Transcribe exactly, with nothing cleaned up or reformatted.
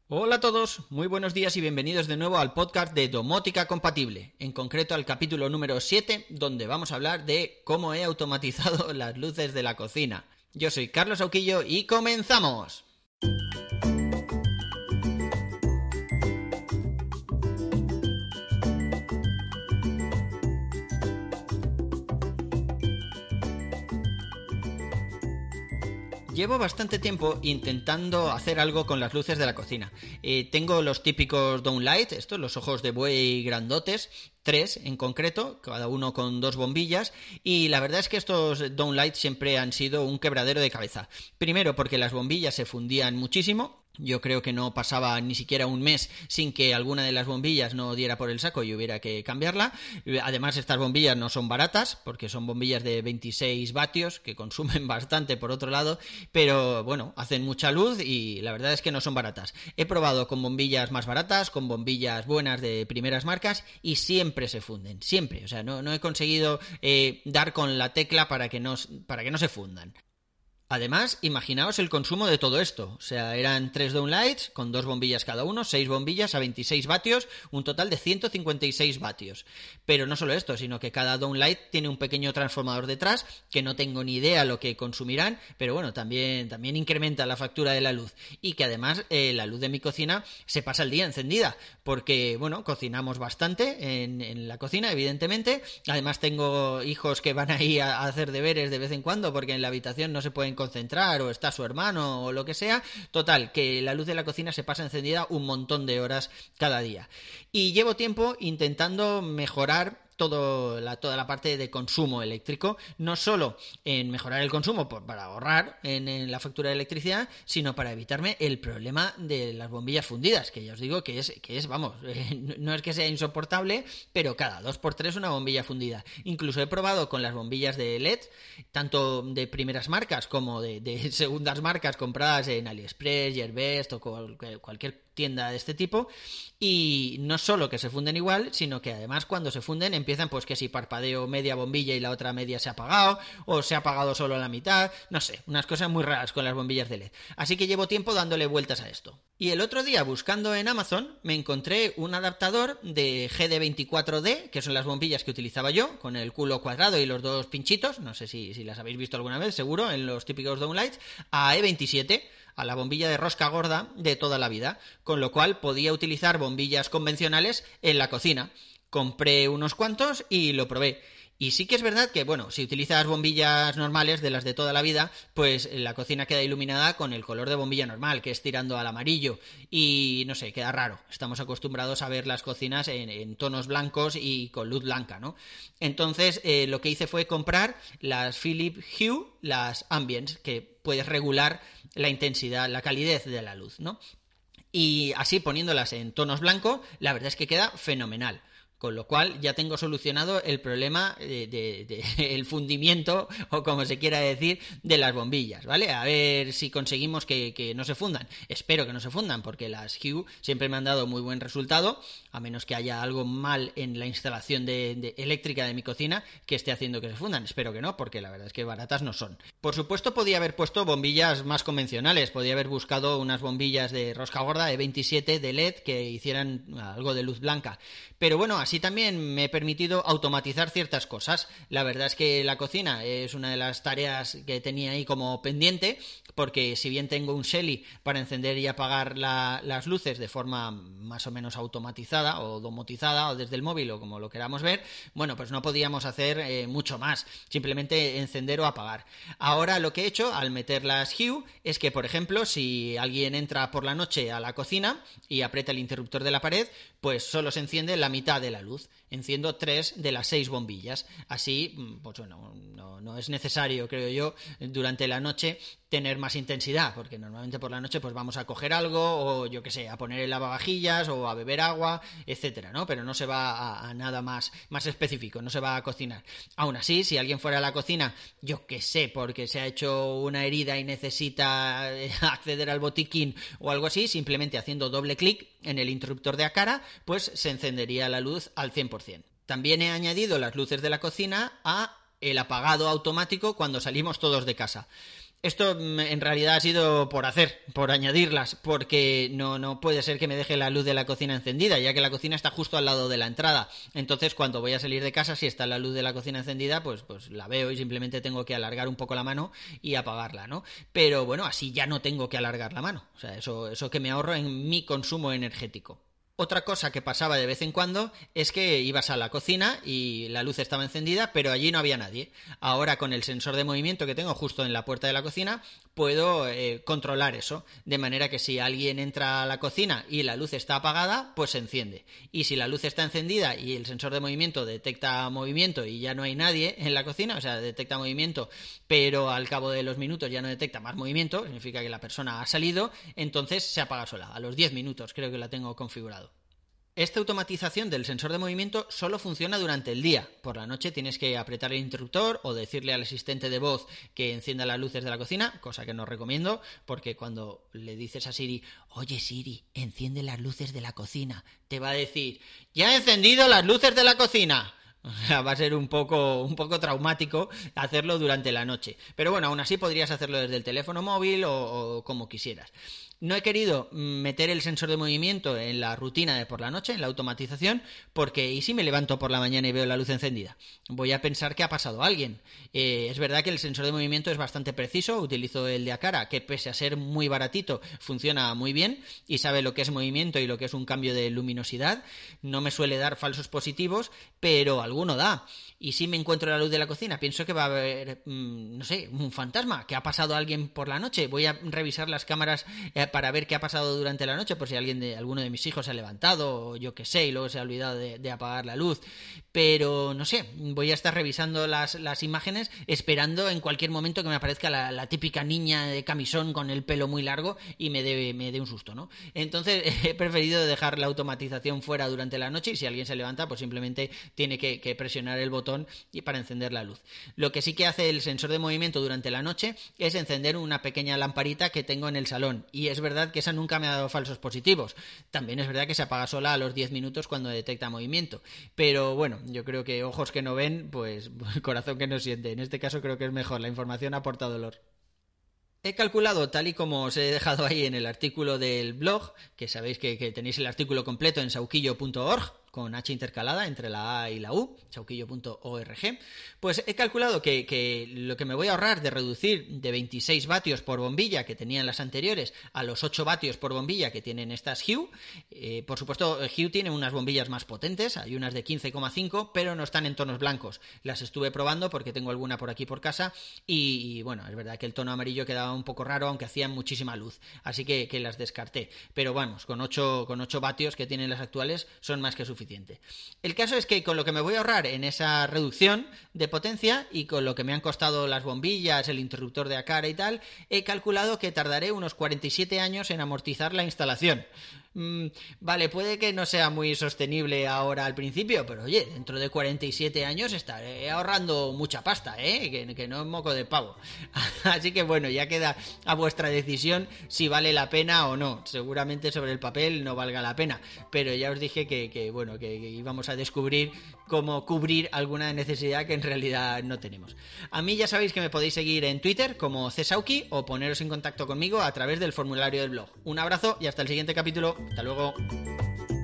Hola a todos, muy buenos días y bienvenidos de nuevo al podcast de Domótica Compatible, en concreto al capítulo número siete, donde vamos a hablar de cómo he automatizado las luces de la cocina. Yo soy Carlos Auquillo y ¡comenzamos! Llevo bastante tiempo intentando hacer algo con las luces de la cocina. Eh, tengo los típicos downlight, estos, los ojos de buey grandotes, tres en concreto, cada uno con dos bombillas, y la verdad es que estos downlight siempre han sido un quebradero de cabeza. Primero porque las bombillas se fundían muchísimo. Yo creo que no pasaba ni siquiera un mes sin que alguna de las bombillas no diera por el saco y hubiera que cambiarla. Además, estas bombillas no son baratas, porque son bombillas de veintiséis vatios, que consumen bastante por otro lado, pero bueno, hacen mucha luz y la verdad es que no son baratas. He probado con bombillas más baratas, con bombillas buenas de primeras marcas y siempre se funden, siempre. O sea, no, no he conseguido eh, dar con la tecla para que no, para que no se fundan. Además, imaginaos el consumo de todo esto. O sea, eran tres downlights con dos bombillas cada uno, seis bombillas a veintiséis vatios, un total de ciento cincuenta y seis vatios. Pero no solo esto, sino que cada downlight tiene un pequeño transformador detrás, que no tengo ni idea lo que consumirán, pero bueno, también, también incrementa la factura de la luz. Y que además eh, la luz de mi cocina se pasa el día encendida, porque bueno, cocinamos bastante en, en la cocina, evidentemente. Además tengo hijos que van ahí a, a hacer deberes de vez en cuando, porque en la habitación no se pueden concentrar o está su hermano o lo que sea. Total, que la luz de la cocina se pasa encendida un montón de horas cada día. Y llevo tiempo intentando mejorar todo la, toda la parte de consumo eléctrico, no solo en mejorar el consumo por, para ahorrar en, en la factura de electricidad, sino para evitarme el problema de las bombillas fundidas, que ya os digo que es, que es vamos, eh, no es que sea insoportable, pero cada dos por tres una bombilla fundida. Incluso he probado con las bombillas de L E D, tanto de primeras marcas como de, de segundas marcas compradas en AliExpress, Gearbest o cual, cualquier tienda de este tipo, y no solo que se funden igual, sino que además cuando se funden empiezan pues que si parpadeo media bombilla y la otra media se ha apagado, o se ha apagado solo la mitad, no sé, unas cosas muy raras con las bombillas de L E D. Así que llevo tiempo dándole vueltas a esto. Y el otro día, buscando en Amazon, me encontré un adaptador de G D veinticuatro D, que son las bombillas que utilizaba yo, con el culo cuadrado y los dos pinchitos, no sé si, si las habéis visto alguna vez, seguro, en los típicos downlights, a E veintisiete, a la bombilla de rosca gorda de toda la vida, con lo cual podía utilizar bombillas convencionales en la cocina. Compré unos cuantos y lo probé. Y sí que es verdad que, bueno, si utilizas bombillas normales, de las de toda la vida, pues la cocina queda iluminada con el color de bombilla normal, que es tirando al amarillo. Y, no sé, queda raro. Estamos acostumbrados a ver las cocinas en, en tonos blancos y con luz blanca, ¿no? Entonces, eh, lo que hice fue comprar las Philips Hue, las Ambience, que puedes regular la intensidad, la calidez de la luz, ¿no? Y así, poniéndolas en tonos blancos, la verdad es que queda fenomenal. Con lo cual ya tengo solucionado el problema de, de, de el fundimiento, o como se quiera decir, de las bombillas, ¿vale? A ver si conseguimos que, que no se fundan. Espero que no se fundan, porque las Hue siempre me han dado muy buen resultado, a menos que haya algo mal en la instalación de, de eléctrica de mi cocina que esté haciendo que se fundan. Espero que no, porque la verdad es que baratas no son. Por supuesto, podía haber puesto bombillas más convencionales, podía haber buscado unas bombillas de rosca gorda E veintisiete de L E D que hicieran algo de luz blanca. Pero bueno, así también me he permitido automatizar ciertas cosas. La verdad es que la cocina es una de las tareas que tenía ahí como pendiente, porque si bien tengo un Shelly para encender y apagar la, las luces de forma más o menos automatizada o domotizada o desde el móvil o como lo queramos ver, bueno, pues no podíamos hacer eh, mucho más, simplemente encender o apagar. Ahora lo que he hecho al meter las Hue es que, por ejemplo, si alguien entra por la noche a la cocina y aprieta el interruptor de la pared, pues solo se enciende la mitad de la luz. Enciendo tres de las seis bombillas. Así, pues bueno, no, no es necesario, creo yo, durante la noche tener más intensidad, porque normalmente por la noche pues vamos a coger algo, o yo que sé, a poner el lavavajillas o a beber agua, etcétera, ¿no? Pero no se va a, a nada más, más específico, no se va a cocinar. Aún así, si alguien fuera a la cocina, yo que sé, porque se ha hecho una herida y necesita acceder al botiquín o algo así, simplemente haciendo doble clic en el interruptor de a cara, pues se encendería la luz al cien por ciento. También he añadido las luces de la cocina a el apagado automático cuando salimos todos de casa. Esto en realidad ha sido por hacer, por añadirlas, porque no, no puede ser que me deje la luz de la cocina encendida, ya que la cocina está justo al lado de la entrada. Entonces, cuando voy a salir de casa, si está la luz de la cocina encendida, pues, pues la veo y simplemente tengo que alargar un poco la mano y apagarla, ¿no? Pero bueno, así ya no tengo que alargar la mano. O sea, eso, eso que me ahorro en mi consumo energético. Otra cosa que pasaba de vez en cuando es que ibas a la cocina y la luz estaba encendida, pero allí no había nadie. Ahora, con el sensor de movimiento que tengo justo en la puerta de la cocina, puedo eh, controlar eso, de manera que si alguien entra a la cocina y la luz está apagada, pues se enciende. Y si la luz está encendida y el sensor de movimiento detecta movimiento y ya no hay nadie en la cocina, o sea, detecta movimiento, pero al cabo de los minutos ya no detecta más movimiento, significa que la persona ha salido, entonces se apaga sola. A los diez minutos creo que la tengo configurado. Esta automatización del sensor de movimiento solo funciona durante el día. Por la noche tienes que apretar el interruptor o decirle al asistente de voz que encienda las luces de la cocina, cosa que no recomiendo, porque cuando le dices a Siri, oye Siri, enciende las luces de la cocina, te va a decir, ya he encendido las luces de la cocina. O sea, va a ser un poco, un poco traumático hacerlo durante la noche. Pero bueno, aún así podrías hacerlo desde el teléfono móvil o, o como quisieras. No he querido meter el sensor de movimiento en la rutina de por la noche, en la automatización, porque ¿y si me levanto por la mañana y veo la luz encendida? Voy a pensar que ha pasado alguien. Eh, es verdad que el sensor de movimiento es bastante preciso, utilizo el de Aqara, que pese a ser muy baratito, funciona muy bien y sabe lo que es movimiento y lo que es un cambio de luminosidad. No me suele dar falsos positivos, pero alguno da. Y si me encuentro la luz de la cocina, pienso que va a haber, mmm, no sé, un fantasma, que ha pasado alguien por la noche. Voy a revisar las cámaras eh, para ver qué ha pasado durante la noche, por si alguien de alguno de mis hijos se ha levantado, o yo qué sé, y luego se ha olvidado de, de apagar la luz. Pero, no sé, voy a estar revisando las, las imágenes, esperando en cualquier momento que me aparezca la, la típica niña de camisón con el pelo muy largo y me dé me dé un susto, ¿no? Entonces, he preferido dejar la automatización fuera durante la noche y si alguien se levanta, pues simplemente tiene que, que presionar el botón y para encender la luz. Lo que sí que hace el sensor de movimiento durante la noche es encender una pequeña lamparita que tengo en el salón y es verdad que esa nunca me ha dado falsos positivos. También es verdad que se apaga sola a los diez minutos cuando detecta movimiento, pero bueno, yo creo que ojos que no ven, pues corazón que no siente. En este caso creo que es mejor, la información aporta dolor. He calculado, tal y como os he dejado ahí en el artículo del blog, que sabéis que, que tenéis el artículo completo en sauquillo punto org, con H intercalada entre la A y la U, sauquillo punto org, pues he calculado que, que lo que me voy a ahorrar de reducir de veintiséis vatios por bombilla que tenían las anteriores a los ocho vatios por bombilla que tienen estas Hue, eh, por supuesto Hue tiene unas bombillas más potentes, hay unas de quince coma cinco, pero no están en tonos blancos, las estuve probando porque tengo alguna por aquí por casa y, y bueno, es verdad que el tono amarillo quedaba un poco raro aunque hacían muchísima luz, así que, que las descarté, pero vamos, con ocho, con ocho vatios que tienen las actuales son más que suficientes. El caso es que con lo que me voy a ahorrar en esa reducción de potencia y con lo que me han costado las bombillas, el interruptor de Aqara y tal, he calculado que tardaré unos cuarenta y siete años en amortizar la instalación. Mm, vale, puede que no sea muy sostenible ahora al principio, pero oye, dentro de cuarenta y siete años estaré ahorrando mucha pasta, ¿eh? Que, que no es moco de pavo. Así que bueno, ya queda a vuestra decisión si vale la pena o no. Seguramente sobre el papel no valga la pena, pero ya os dije que, que bueno, que, que íbamos a descubrir cómo cubrir alguna necesidad que en realidad no tenemos. A mí ya sabéis que me podéis seguir en Twitter como Cesauki o poneros en contacto conmigo a través del formulario del blog. Un abrazo y hasta el siguiente capítulo. Hasta luego.